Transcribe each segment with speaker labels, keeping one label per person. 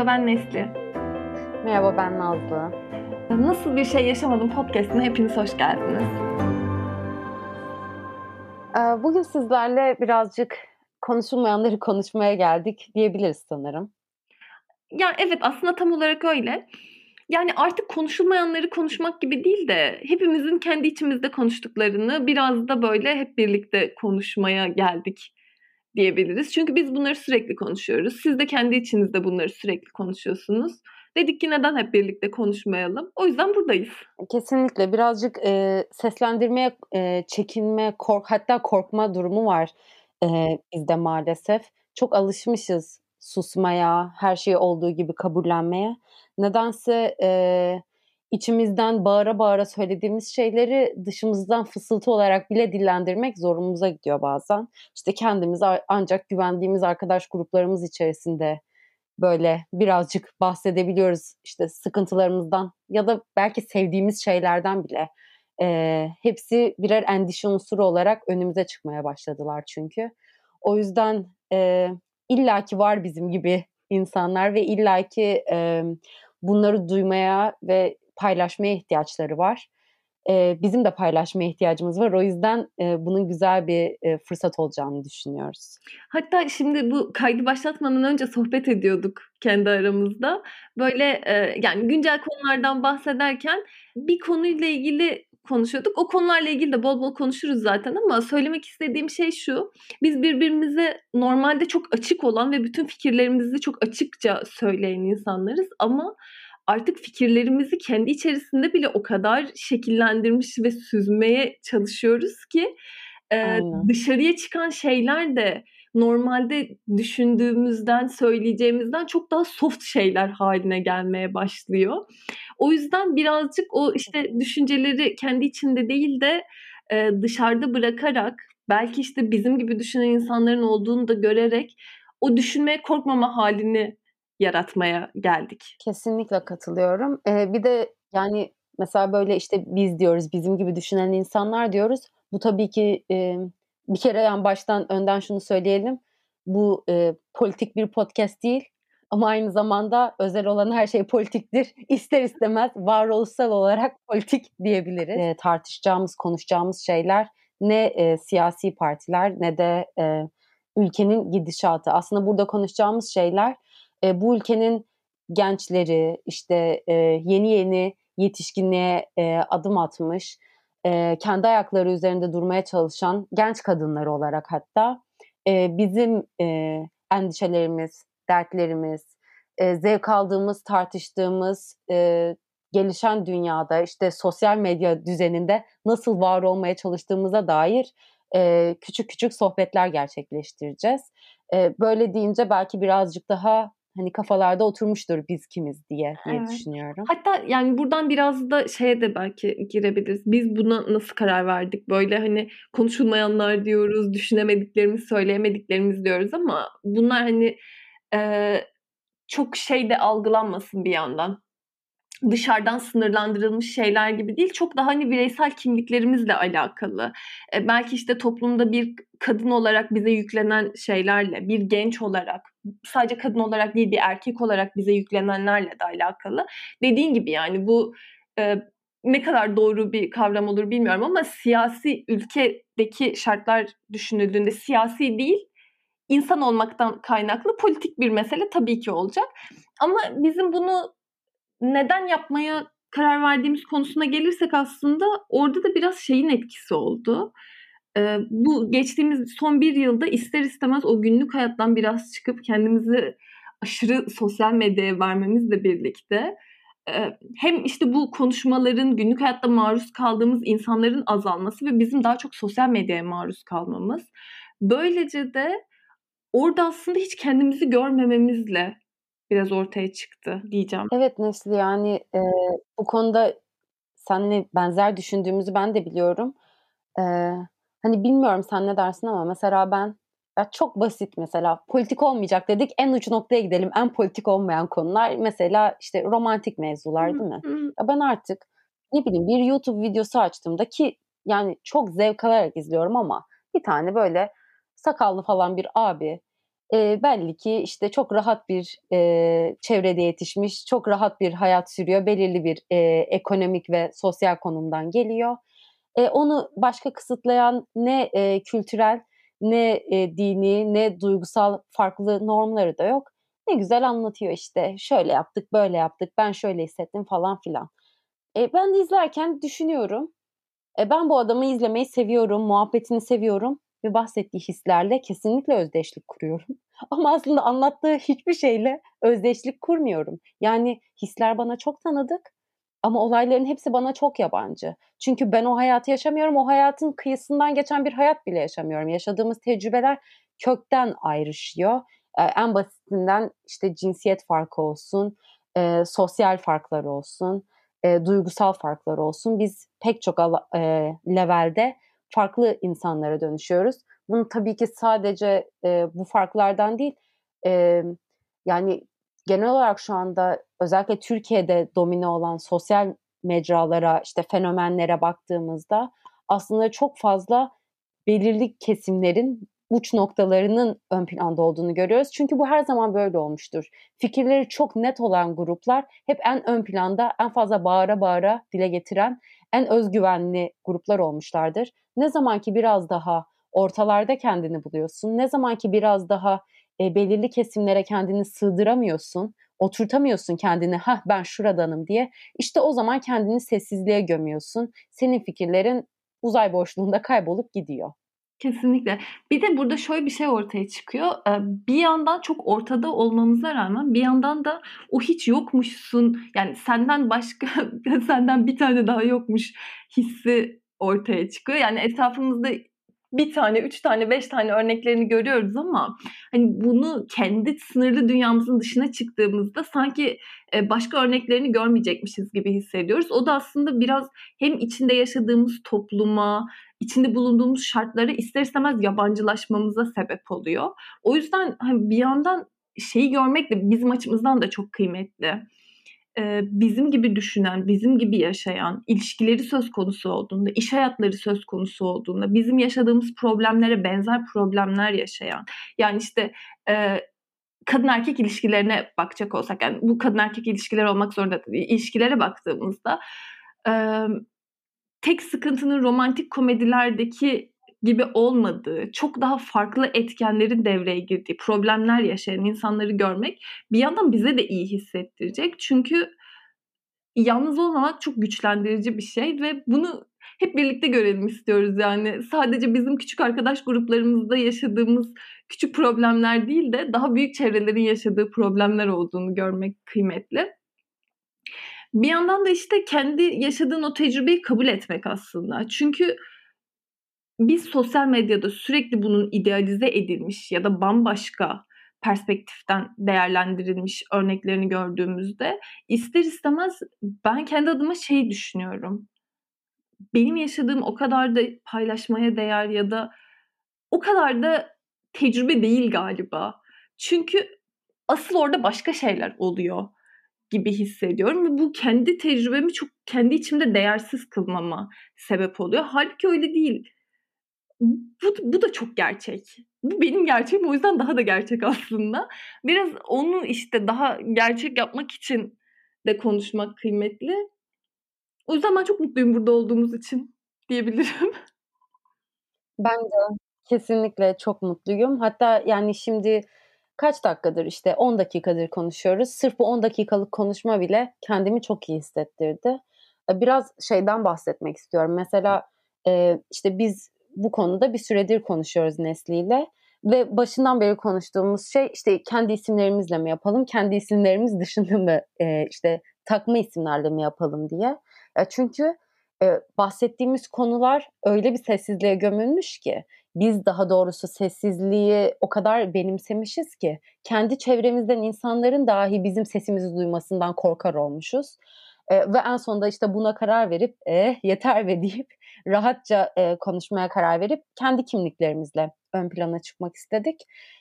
Speaker 1: Merhaba, ben Nesli.
Speaker 2: Merhaba, ben Nazlı.
Speaker 1: Nasıl bir şey yaşamadım podcast'ine hepiniz hoş geldiniz.
Speaker 2: Bugün sizlerle birazcık konuşulmayanları konuşmaya geldik diyebiliriz sanırım.
Speaker 1: Ya evet, aslında tam olarak öyle. Yani artık konuşulmayanları konuşmak gibi değil de hepimizin kendi içimizde konuştuklarını biraz da böyle hep birlikte konuşmaya geldik diyebiliriz. Çünkü biz bunları sürekli konuşuyoruz. Siz de kendi içinizde bunları sürekli konuşuyorsunuz. Dedik ki neden hep birlikte konuşmayalım? O yüzden buradayız.
Speaker 2: Kesinlikle birazcık seslendirmeye çekinme, hatta korkma durumu var bizde maalesef. Çok alışmışız susmaya, her şeyi olduğu gibi kabullenmeye. Nedense içimizden bağıra bağıra söylediğimiz şeyleri dışımızdan fısıltı olarak bile dillendirmek zorumuza gidiyor bazen. İşte kendimiz ancak güvendiğimiz arkadaş gruplarımız içerisinde böyle birazcık bahsedebiliyoruz işte sıkıntılarımızdan ya da belki sevdiğimiz şeylerden bile. Hepsi birer endişe unsuru olarak önümüze çıkmaya başladılar çünkü. O yüzden illaki var bizim gibi insanlar ve illaki bunları duymaya ve paylaşmaya ihtiyaçları var. Bizim de paylaşmaya ihtiyacımız var. O yüzden bunun güzel bir fırsat olacağını düşünüyoruz.
Speaker 1: Hatta şimdi bu kaydı başlatmadan önce sohbet ediyorduk kendi aramızda. Böyle yani güncel konulardan bahsederken bir konuyla ilgili konuşuyorduk. O konularla ilgili de bol bol konuşuruz zaten ama söylemek istediğim şey şu. Biz birbirimize normalde çok açık olan ve bütün fikirlerimizi çok açıkça söyleyen insanlarız ama artık fikirlerimizi kendi içerisinde bile o kadar şekillendirmiş ve süzmeye çalışıyoruz ki dışarıya çıkan şeyler de normalde düşündüğümüzden, söyleyeceğimizden çok daha soft şeyler haline gelmeye başlıyor. O yüzden birazcık o işte düşünceleri kendi içinde değil de dışarıda bırakarak belki işte bizim gibi düşünen insanların olduğunu da görerek o düşünmeye korkmama halini yaratmaya geldik.
Speaker 2: Kesinlikle katılıyorum. Bir de yani mesela böyle işte biz diyoruz, bizim gibi düşünen insanlar diyoruz. Bu tabii ki bir kere yani baştan önden şunu söyleyelim. Bu politik bir podcast değil ama aynı zamanda özel olan her şey politiktir. İster istemez varoluşsal olarak politik diyebiliriz. Tartışacağımız, konuşacağımız şeyler ne siyasi partiler ne de ülkenin gidişatı. Aslında burada konuşacağımız şeyler bu ülkenin gençleri işte yeni yetişkinliğe adım atmış, kendi ayakları üzerinde durmaya çalışan genç kadınlar olarak hatta bizim endişelerimiz, dertlerimiz, zevk aldığımız, tartıştığımız gelişen dünyada işte sosyal medya düzeninde nasıl var olmaya çalıştığımıza dair küçük küçük sohbetler gerçekleştireceğiz. Böyle deyince belki birazcık daha hani kafalarda oturmuştur biz kimiz diye
Speaker 1: Evet.
Speaker 2: düşünüyorum.
Speaker 1: Hatta yani buradan biraz da şeye de belki girebiliriz. Biz buna nasıl karar verdik? Böyle hani konuşulmayanlar diyoruz, düşünemediklerimiz, söyleyemediklerimiz diyoruz ama bunlar hani çok şey de algılanmasın bir yandan. Dışarıdan sınırlandırılmış şeyler gibi değil. Çok daha hani bireysel kimliklerimizle alakalı. Belki işte toplumda bir kadın olarak bize yüklenen şeylerle, bir genç olarak, sadece kadın olarak değil bir erkek olarak bize yüklenenlerle de alakalı. Dediğin gibi yani bu ne kadar doğru bir kavram olur bilmiyorum ama siyasi ülkedeki şartlar düşünüldüğünde siyasi değil, insan olmaktan kaynaklı politik bir mesele tabii ki olacak. Ama bizim bunu neden yapmaya karar verdiğimiz konusuna gelirsek aslında orada da biraz şeyin etkisi oldu. Bu geçtiğimiz son bir yılda ister istemez o günlük hayattan biraz çıkıp kendimizi aşırı sosyal medyaya vermemizle birlikte hem işte bu konuşmaların günlük hayatta maruz kaldığımız insanların azalması ve bizim daha çok sosyal medyaya maruz kalmamız. Böylece de orada aslında hiç kendimizi görmememizle biraz ortaya çıktı diyeceğim.
Speaker 2: Evet Nesli yani bu konuda seninle benzer düşündüğümüzü ben de biliyorum. Hani bilmiyorum sen ne dersin ama mesela ben ya çok basit mesela politik olmayacak dedik en uç noktaya gidelim en politik olmayan konular mesela işte romantik mevzular değil mi? Ya ben artık ne bileyim bir YouTube videosu açtığımda ki yani çok zevk alarak izliyorum ama bir tane böyle sakallı falan bir abi belli ki işte çok rahat bir çevrede yetişmiş, çok rahat bir hayat sürüyor, belirli bir ekonomik ve sosyal konumdan geliyor. Onu başka kısıtlayan ne kültürel, ne dini, ne duygusal farklı normları da yok. Ne güzel anlatıyor işte, şöyle yaptık, böyle yaptık, ben şöyle hissettim falan filan. Ben de izlerken düşünüyorum. Ben bu adamı izlemeyi seviyorum, muhabbetini seviyorum ve bahsettiği hislerle kesinlikle özdeşlik kuruyorum. Ama aslında anlattığı hiçbir şeyle özdeşlik kurmuyorum. Yani hisler bana çok tanıdık ama olayların hepsi bana çok yabancı. Çünkü ben o hayatı yaşamıyorum, o hayatın kıyısından geçen bir hayat bile yaşamıyorum. Yaşadığımız tecrübeler kökten ayrışıyor. En basitinden işte cinsiyet farkı olsun, sosyal farklar olsun, duygusal farklar olsun. Biz pek çok levelde farklı insanlara dönüşüyoruz. Bunu tabii ki sadece bu farklardan değil, e, yani genel olarak şu anda özellikle Türkiye'de domine olan sosyal mecralara, işte fenomenlere baktığımızda aslında çok fazla belirli kesimlerin uç noktalarının ön planda olduğunu görüyoruz. Çünkü bu her zaman böyle olmuştur. Fikirleri çok net olan gruplar hep en ön planda, en fazla bağıra bağıra dile getiren, en özgüvenli gruplar olmuşlardır. Ne zaman ki biraz daha ortalarda kendini buluyorsun, ne zaman ki biraz daha belirli kesimlere kendini sığdıramıyorsun, oturtamıyorsun kendini, ha ben şuradanım diye, işte o zaman kendini sessizliğe gömüyorsun. Senin fikirlerin uzay boşluğunda kaybolup gidiyor.
Speaker 1: Kesinlikle. Bir de burada şöyle bir şey ortaya çıkıyor. Bir yandan çok ortada olmamıza rağmen bir yandan da o hiç yokmuşsun, yani senden başka senden bir tane daha yokmuş hissi ortaya çıkıyor. Yani etrafımızda bir tane, 3 tane, 5 tane örneklerini görüyoruz ama hani bunu kendi sınırlı dünyamızın dışına çıktığımızda sanki başka örneklerini görmeyecekmişiz gibi hissediyoruz. O da aslında biraz hem içinde yaşadığımız topluma, içinde bulunduğumuz şartlara ister istemez yabancılaşmamıza sebep oluyor. O yüzden hani bir yandan şeyi görmek de bizim açımızdan da çok kıymetli. Bizim gibi düşünen, bizim gibi yaşayan, ilişkileri söz konusu olduğunda, iş hayatları söz konusu olduğunda, bizim yaşadığımız problemlere benzer problemler yaşayan, yani işte kadın erkek ilişkilerine bakacak olsak, yani bu kadın erkek ilişkileri olmak zorunda değil, ilişkilere baktığımızda tek sıkıntının romantik komedilerdeki gibi olmadığı, çok daha farklı etkenlerin devreye girdiği, problemler yaşayan insanları görmek bir yandan bize de iyi hissettirecek. Çünkü yalnız olmamak çok güçlendirici bir şey ve bunu hep birlikte görelim istiyoruz yani. Sadece bizim küçük arkadaş gruplarımızda yaşadığımız küçük problemler değil de daha büyük çevrelerin yaşadığı problemler olduğunu görmek kıymetli. Bir yandan da işte kendi yaşadığın o tecrübeyi kabul etmek aslında. Çünkü biz sosyal medyada sürekli bunun idealize edilmiş ya da bambaşka perspektiften değerlendirilmiş örneklerini gördüğümüzde ister istemez ben kendi adıma şeyi düşünüyorum. Benim yaşadığım o kadar da paylaşmaya değer ya da o kadar da tecrübe değil galiba. Çünkü asıl orada başka şeyler oluyor gibi hissediyorum ve bu kendi tecrübemi çok kendi içimde değersiz kılmama sebep oluyor. Hâlbuki öyle değil. Bu da çok gerçek. Bu benim gerçeğim, o yüzden daha da gerçek aslında. Biraz onu işte daha gerçek yapmak için de konuşmak kıymetli. O yüzden ben çok mutluyum burada olduğumuz için diyebilirim.
Speaker 2: Ben de kesinlikle çok mutluyum. Hatta yani şimdi kaç dakikadır, işte 10 dakikadır konuşuyoruz. Sırf bu 10 dakikalık konuşma bile kendimi çok iyi hissettirdi. Biraz şeyden bahsetmek istiyorum. Mesela işte biz bu konuda bir süredir konuşuyoruz Nesli'yle ve başından beri konuştuğumuz şey işte kendi isimlerimizle mi yapalım, kendi isimlerimiz dışında mı işte takma isimlerle mi yapalım diye. Çünkü bahsettiğimiz konular öyle bir sessizliğe gömülmüş ki, biz daha doğrusu sessizliği o kadar benimsemişiz ki kendi çevremizden insanların dahi bizim sesimizi duymasından korkar olmuşuz. Ve en sonunda işte buna karar verip yeter be deyip rahatça konuşmaya karar verip kendi kimliklerimizle ön plana çıkmak istedik.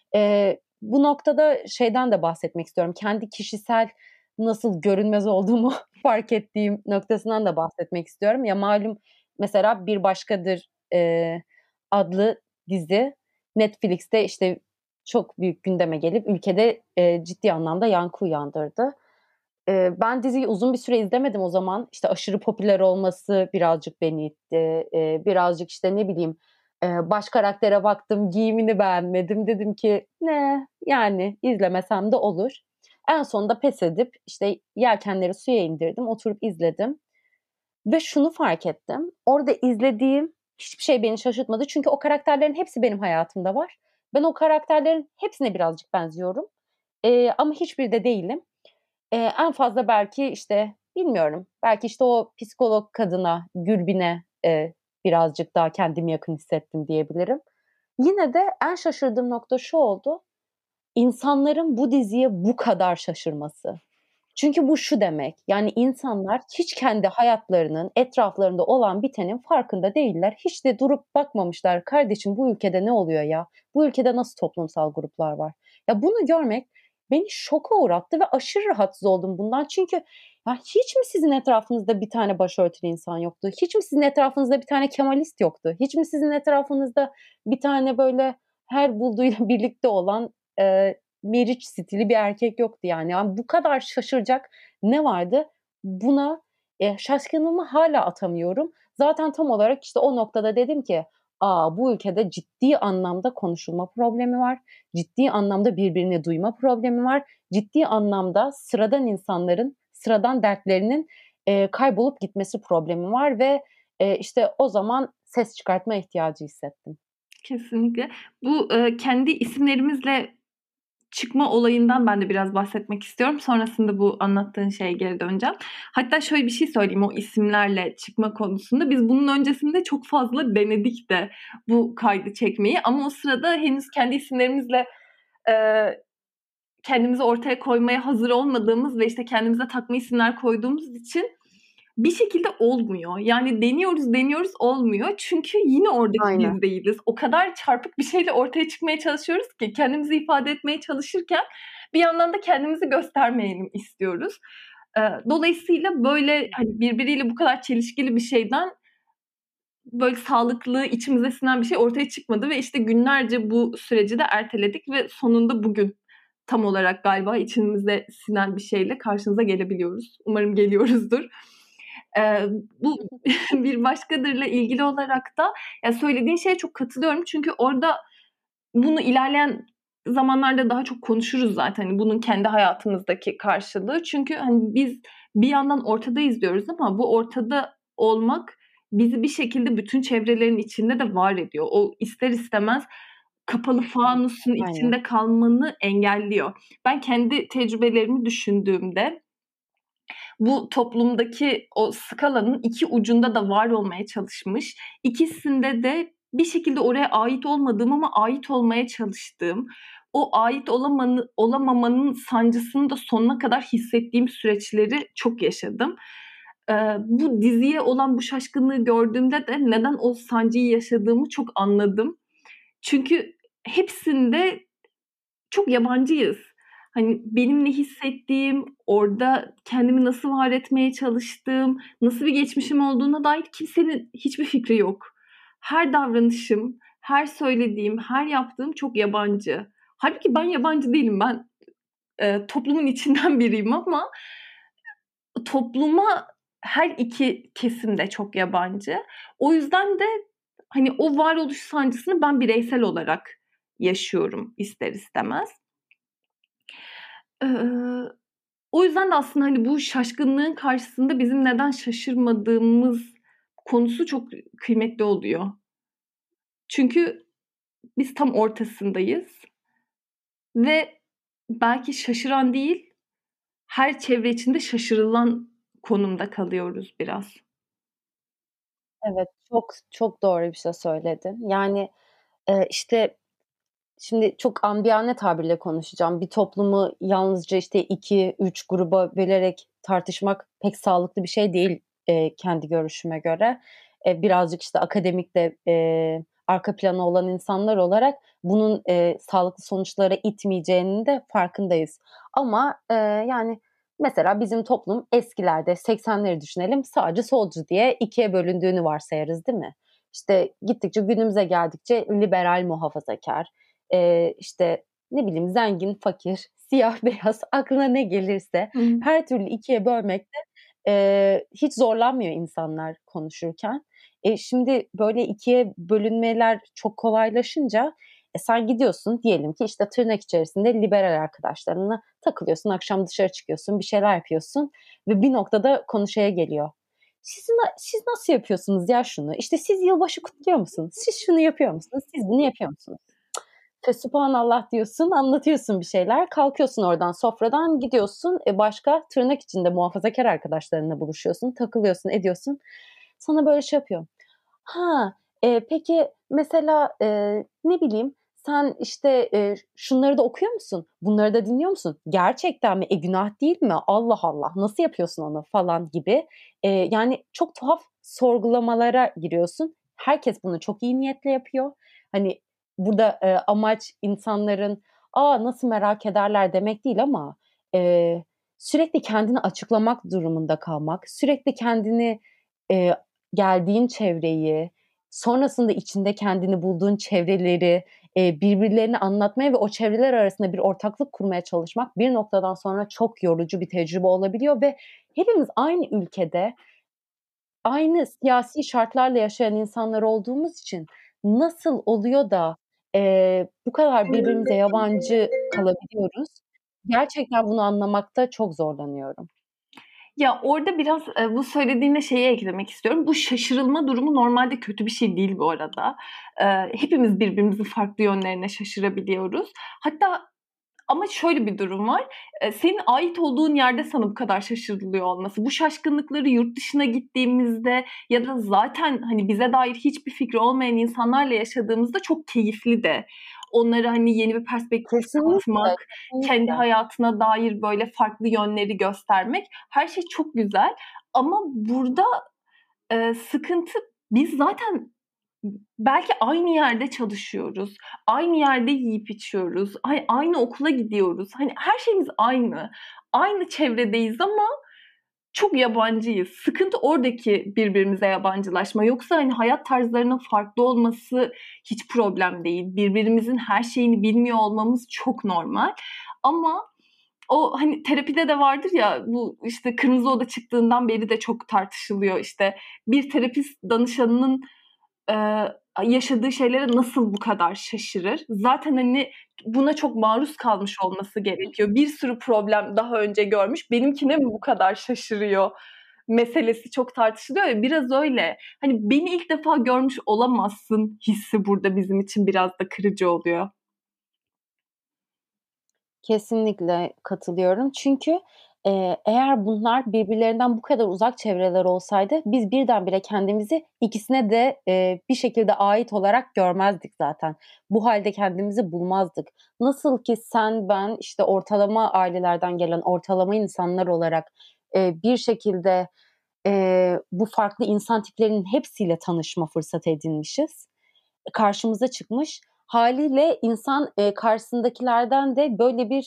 Speaker 2: Bu noktada şeyden de bahsetmek istiyorum. Kendi kişisel nasıl görünmez olduğumu fark ettiğim noktasından da bahsetmek istiyorum. Ya malum mesela Bir Başkadır adlı dizi Netflix'te işte çok büyük gündeme gelip ülkede ciddi anlamda yankı uyandırdı. Ben diziyi uzun bir süre izlemedim o zaman. İşte aşırı popüler olması birazcık beni itti. Birazcık işte ne bileyim baş karaktere baktım, giyimini beğenmedim. Dedim ki ne yani izlemesem de olur. En sonunda pes edip işte yelkenleri suya indirdim, oturup izledim. Ve şunu fark ettim. Orada izlediğim hiçbir şey beni şaşırtmadı. Çünkü o karakterlerin hepsi benim hayatımda var. Ben o karakterlerin hepsine birazcık benziyorum. Ama hiçbiri de değilim. En fazla belki işte bilmiyorum. Belki işte o psikolog kadına, Gülbin'e birazcık daha kendimi yakın hissettim diyebilirim. Yine de en şaşırdığım nokta şu oldu. İnsanların bu diziye bu kadar şaşırması. Çünkü bu şu demek, yani insanlar hiç kendi hayatlarının, etraflarında olan bitenin farkında değiller. Hiç de durup bakmamışlar. Kardeşim bu ülkede ne oluyor ya? Bu ülkede nasıl toplumsal gruplar var? Ya bunu görmek beni şoka uğrattı ve aşırı rahatsız oldum bundan. Çünkü ya hiç mi sizin etrafınızda bir tane başörtülü insan yoktu? Hiç mi sizin etrafınızda bir tane Kemalist yoktu? Hiç mi sizin etrafınızda bir tane böyle her bulduğuyla birlikte olan Meriç stili bir erkek yoktu yani. Yani bu kadar şaşıracak ne vardı? Buna şaşkınlığımı hala atamıyorum. Zaten tam olarak işte o noktada dedim ki bu ülkede ciddi anlamda konuşulma problemi var. Ciddi anlamda birbirini duyma problemi var. Ciddi anlamda sıradan insanların, sıradan dertlerinin kaybolup gitmesi problemi var ve işte o zaman ses çıkartma ihtiyacı hissettim.
Speaker 1: Kesinlikle. Bu kendi isimlerimizle çıkma olayından ben de biraz bahsetmek istiyorum. Sonrasında bu anlattığın şeye geri döneceğim. Hatta şöyle bir şey söyleyeyim o isimlerle çıkma konusunda. Biz bunun öncesinde çok fazla denedik de bu kaydı çekmeyi. Ama o sırada henüz kendi isimlerimizle e, kendimizi ortaya koymaya hazır olmadığımız ve işte kendimize takma isimler koyduğumuz için bir şekilde olmuyor. Yani deniyoruz olmuyor. Çünkü yine oradaki
Speaker 2: Aynen.
Speaker 1: biz değiliz. O kadar çarpık bir şeyle ortaya çıkmaya çalışıyoruz ki kendimizi ifade etmeye çalışırken bir yandan da kendimizi göstermeyelim istiyoruz. Dolayısıyla böyle hani birbiriyle bu kadar çelişkili bir şeyden böyle sağlıklı, içimize sinen bir şey ortaya çıkmadı ve işte günlerce bu süreci de erteledik ve sonunda bugün tam olarak galiba içimize sinen bir şeyle karşınıza gelebiliyoruz. Umarım geliyoruzdur. Bu bir başkadırla ilgili olarak da ya söylediğin şeye çok katılıyorum. Çünkü orada bunu ilerleyen zamanlarda daha çok konuşuruz zaten. Hani bunun kendi hayatımızdaki karşılığı. Çünkü hani biz bir yandan ortada izliyoruz ama bu ortada olmak bizi bir şekilde bütün çevrelerin içinde de var ediyor. O ister istemez kapalı fanusun
Speaker 2: Aynen.
Speaker 1: içinde kalmanı engelliyor. Ben kendi tecrübelerimi düşündüğümde bu toplumdaki o skalanın iki ucunda da var olmaya çalışmış. İkisinde de bir şekilde oraya ait olmadığım ama ait olmaya çalıştığım, o ait olamamanın sancısını da sonuna kadar hissettiğim süreçleri çok yaşadım. Bu diziye olan bu şaşkınlığı gördüğümde de neden o sancıyı yaşadığımı çok anladım. Çünkü hepsinde çok yabancıyız. Hani benim ne hissettiğim, orada kendimi nasıl var etmeye çalıştığım, nasıl bir geçmişim olduğuna dair kimsenin hiçbir fikri yok. Her davranışım, her söylediğim, her yaptığım çok yabancı. Halbuki ben yabancı değilim. Ben toplumun içinden biriyim ama topluma her iki kesim de çok yabancı. O yüzden de hani o varoluş sancısını ben bireysel olarak yaşıyorum ister istemez. O yüzden de aslında hani bu şaşkınlığın karşısında bizim neden şaşırmadığımız konusu çok kıymetli oluyor. Çünkü biz tam ortasındayız ve belki şaşıran değil, her çevre içinde şaşırılan konumda kalıyoruz biraz.
Speaker 2: Evet, çok çok doğru bir şey söyledin. Yani, işte, şimdi çok amiyane tabirle konuşacağım. Bir toplumu yalnızca, işte, 2-3 gruba bölerek tartışmak pek sağlıklı bir şey değil, kendi görüşüme göre. Birazcık, işte, akademik de, arka planı olan insanlar olarak bunun, sağlıklı sonuçlara itmeyeceğinin de farkındayız. Ama, yani, mesela bizim toplum eskilerde 80'leri düşünelim, sağcı solcu diye ikiye bölündüğünü varsayarız, değil mi? İşte, gittikçe günümüze geldikçe liberal muhafazakâr, işte ne bileyim zengin, fakir, siyah, beyaz aklına ne gelirse
Speaker 1: Hı hı.
Speaker 2: her türlü ikiye bölmekte, hiç zorlanmıyor insanlar konuşurken. Şimdi böyle ikiye bölünmeler çok kolaylaşınca, sen gidiyorsun diyelim ki, işte, tırnak içerisinde liberal arkadaşlarınla takılıyorsun, akşam dışarı çıkıyorsun, bir şeyler yapıyorsun ve bir noktada konu şeye geliyor. Siz nasıl yapıyorsunuz ya şunu? İşte, siz yılbaşı kutluyor musunuz? Siz şunu yapıyor musunuz? Siz bunu yapıyor musunuz? Fesubhanallah diyorsun, anlatıyorsun bir şeyler, kalkıyorsun oradan sofradan, gidiyorsun, başka tırnak içinde muhafazakâr arkadaşlarınla buluşuyorsun, takılıyorsun, ediyorsun. Sana böyle şey yapıyor. Ha, peki mesela, ne bileyim, sen, işte, şunları da okuyor musun? Bunları da dinliyor musun? Gerçekten mi? Günah değil mi? Allah Allah, nasıl yapıyorsun onu falan gibi. Yani çok tuhaf sorgulamalara giriyorsun. Herkes bunu çok iyi niyetle yapıyor. Hani, burada, amaç insanların, "A, nasıl merak ederler?" demek değil ama, sürekli kendini açıklamak durumunda kalmak, sürekli kendini, eee, geldiğin çevreyi, sonrasında içinde kendini bulduğun çevreleri, birbirlerine anlatmaya ve o çevreler arasında bir ortaklık kurmaya çalışmak bir noktadan sonra çok yorucu bir tecrübe olabiliyor ve hepimiz aynı ülkede, aynı siyasi şartlarla yaşayan insanlar olduğumuz için nasıl oluyor da, bu kadar birbirimize yabancı kalabiliyoruz? Gerçekten bunu anlamakta çok zorlanıyorum.
Speaker 1: Ya, orada biraz, bu söylediğine şeyi eklemek istiyorum. Bu şaşırılma durumu normalde kötü bir şey değil bu arada. Hepimiz birbirimizin farklı yönlerine şaşırabiliyoruz. Hatta ama şöyle bir durum var. Senin ait olduğun yerde sana bu kadar şaşırılıyor olması. Bu şaşkınlıkları yurt dışına gittiğimizde ya da zaten, hani, bize dair hiçbir fikri olmayan insanlarla yaşadığımızda çok keyifli de. Onlara, hani, yeni bir perspektif
Speaker 2: Kesinlikle,
Speaker 1: katmak, kendi
Speaker 2: kesinlikle.
Speaker 1: hayatına dair böyle farklı yönleri göstermek, her şey çok güzel ama burada, sıkıntı biz zaten belki aynı yerde çalışıyoruz, aynı yerde yiyip içiyoruz, aynı okula gidiyoruz. Hani her şeyimiz aynı. Aynı çevredeyiz ama çok yabancıyız. Sıkıntı oradaki birbirimize yabancılaşma. Yoksa, hani, hayat tarzlarının farklı olması hiç problem değil. Birbirimizin her şeyini bilmiyor olmamız çok normal ama o, hani, terapide de vardır ya, bu, işte, Kırmızı Oda çıktığından beri de çok tartışılıyor. İşte, bir terapist danışanının, yaşadığı şeylere nasıl bu kadar şaşırır? Zaten, hani, buna çok maruz kalmış olması gerekiyor. Bir sürü problem daha önce görmüş, benimkine mi bu kadar şaşırıyor meselesi çok tartışılıyor ya, biraz öyle. Hani, beni ilk defa görmüş olamazsın hissi burada bizim için biraz da kırıcı oluyor.
Speaker 2: Kesinlikle katılıyorum. Çünkü, eğer bunlar birbirlerinden bu kadar uzak çevreler olsaydı biz birdenbire kendimizi ikisine de, bir şekilde ait olarak görmezdik zaten. Bu hâlde kendimizi bulmazdık. Nasıl ki sen, ben, işte, ortalama ailelerden gelen ortalama insanlar olarak, bir şekilde, bu farklı insan tiplerinin hepsiyle tanışma fırsatı edinmişiz, karşımıza çıkmış. Hâliyle insan, karşısındakilerden de böyle bir,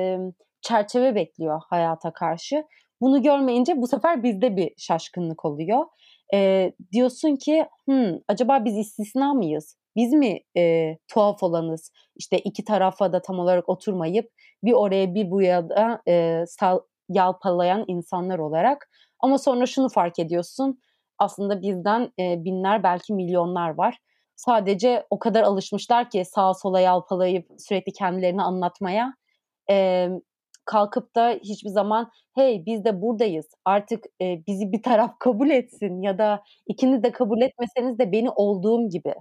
Speaker 2: çerçeve bekliyor hayata karşı. Bunu görmeyince bu sefer bizde bir şaşkınlık oluyor. Diyorsun ki, acaba biz istisna mıyız? Biz mi, tuhaf olanız? İşte, 2 tarafa da tam olarak oturmayıp bir oraya bir buraya da, yalpalayan insanlar olarak ama sonra şunu fark ediyorsun, aslında bizden, binler belki milyonlar var. Sadece o kadar alışmışlar ki sağa sola yalpalayıp sürekli kendilerini anlatmaya, emm, kalkıp da hiçbir zaman "Hey, biz de buradayız, artık, bizi bir taraf kabul etsin ya da ikiniz de kabul etmeseniz de beni olduğum gibi,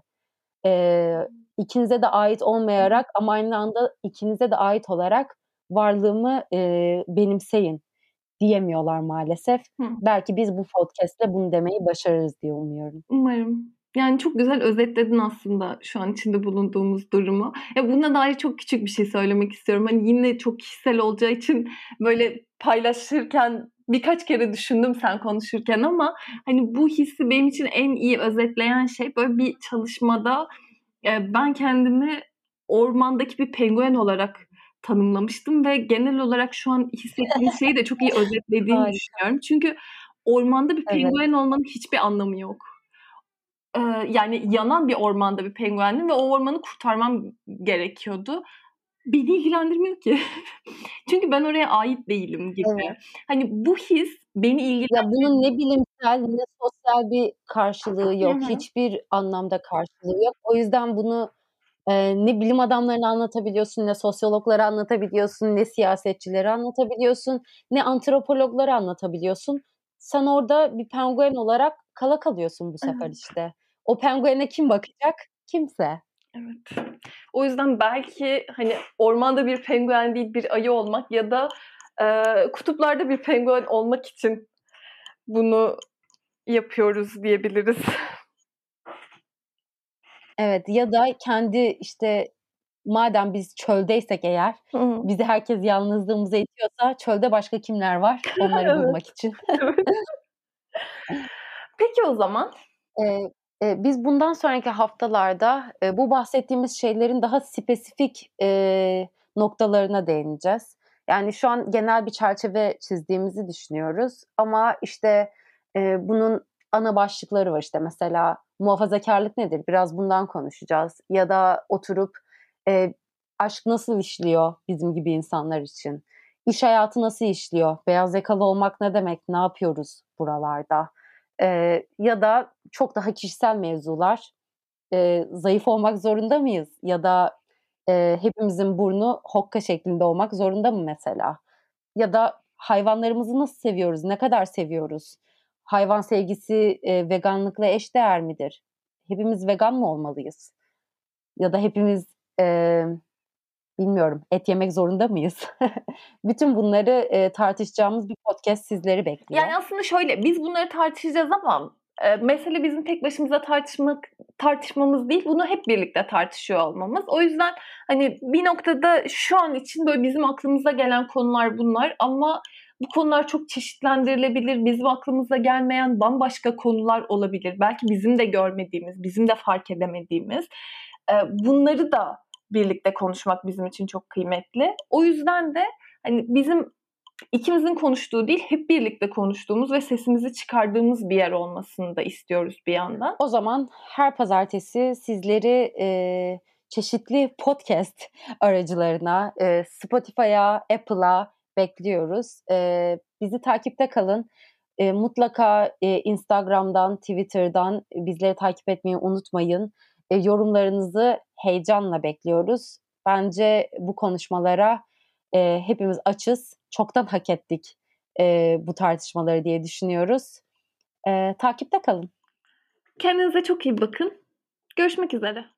Speaker 2: ikinize de ait olmayarak ama aynı anda ikinize de ait olarak varlığımı, benimseyin." diyemiyorlar maalesef.
Speaker 1: Hı.
Speaker 2: Belki biz bu podcast'le bunu demeyi başarırız diye umuyorum.
Speaker 1: Umarım. Yani, çok güzel özetledin aslında şu an içinde bulunduğumuz durumu. Ya, buna dair çok küçük bir şey söylemek istiyorum. Hani, yine çok kişisel olacağı için, böyle, paylaşırken birkaç kere düşündüm sen konuşurken ama, hani, bu hissi benim için en iyi özetleyen şey, böyle, bir çalışmada, ben kendimi ormandaki bir penguen olarak tanımlamıştım ve genel olarak şu an hissettiğim şeyi de çok iyi özetlediğini
Speaker 2: Harika.
Speaker 1: düşünüyorum. Çünkü ormanda bir
Speaker 2: Evet,
Speaker 1: penguen olmanın hiçbir anlamı yok. Yani yanan bir ormanda bir penguendim ve o ormanı kurtarmam gerekiyordu. beni ilgilendirmiyor ki. Çünkü ben oraya ait değilim gibi.
Speaker 2: Evet.
Speaker 1: Hani bu his beni
Speaker 2: Ya,
Speaker 1: ilgilendirmiyor.
Speaker 2: bunun ne bilimsel ne sosyal bir karşılığı
Speaker 1: Hı
Speaker 2: yok.
Speaker 1: hı.
Speaker 2: Hiçbir anlamda karşılığı yok. O yüzden bunu, ne bilim adamlarına anlatabiliyorsun, ne sosyologlara anlatabiliyorsun, ne siyasetçilere anlatabiliyorsun, ne antropologlara anlatabiliyorsun. Sen orada bir penguen olarak kala kalıyorsun bu sefer
Speaker 1: Evet,
Speaker 2: işte. O penguene kim bakacak? Kimse.
Speaker 1: evet. O yüzden belki, hani, ormanda bir penguen değil, bir ayı olmak ya da, kutuplarda bir penguen olmak için bunu yapıyoruz diyebiliriz.
Speaker 2: Evet, ya da kendi, işte, madem biz çöldeysek eğer,
Speaker 1: Hı hı.
Speaker 2: bizi herkes yalnızlığımıza itiyorsa çölde başka kimler var onları
Speaker 1: Evet,
Speaker 2: bulmak için.
Speaker 1: evet. Peki o zaman.
Speaker 2: Eee, biz bundan sonraki haftalarda, bu bahsettiğimiz şeylerin daha spesifik, noktalarına değineceğiz. Yani şu an genel bir çerçeve çizdiğimizi düşünüyoruz ama, işte, bunun ana başlıkları var. İşte, mesela muhafazakârlık nedir? Biraz bundan konuşacağız ya da oturup, eee, aşk nasıl işliyor bizim gibi insanlar için? İş hayatı nasıl işliyor? Beyaz yakalı olmak ne demek? Ne yapıyoruz buralarda? Ya da çok daha kişisel mevzular, zayıf olmak zorunda mıyız? Ya da, hepimizin burnu hokka şeklinde olmak zorunda mı mesela? Ya da hayvanlarımızı nasıl seviyoruz? Ne kadar seviyoruz? Hayvan sevgisi, veganlıkla eşdeğer midir? Hepimiz vegan mı olmalıyız? Ya da hepimiz, bilmiyorum, et yemek zorunda mıyız? Bütün bunları, tartışacağımız bir podcast sizleri bekliyor.
Speaker 1: Yani, aslında şöyle, biz bunları tartışacağız ama, mesele bizim tek başımıza tartışmamız değil, bunu hep birlikte tartışıyor olmamız. O yüzden, hani, bir noktada şu an için, böyle, bizim aklımıza gelen konular bunlar ama bu konular çok çeşitlendirilebilir. Bizim aklımıza gelmeyen bambaşka konular olabilir. Belki bizim de görmediğimiz, bizim de fark edemediğimiz. Bunları da birlikte konuşmak bizim için çok kıymetli. O yüzden de, hani, bizim İkimizin konuştuğu değil, hep birlikte konuştuğumuz ve sesimizi çıkardığımız bir yer olmasını da istiyoruz bir yandan.
Speaker 2: O zaman her pazartesi sizleri, çeşitli podcast aracılarına, Spotify'a, Apple'a bekliyoruz. Bizi takipte kalın. Mutlaka, Instagram'dan, Twitter'dan bizleri takip etmeyi unutmayın. Yorumlarınızı heyecanla bekliyoruz. Bence bu konuşmalara, hepimiz açız. Çoktan hak ettik, bu tartışmaları diye düşünüyoruz. Takipte kalın.
Speaker 1: Kendinize çok iyi bakın. Görüşmek üzere.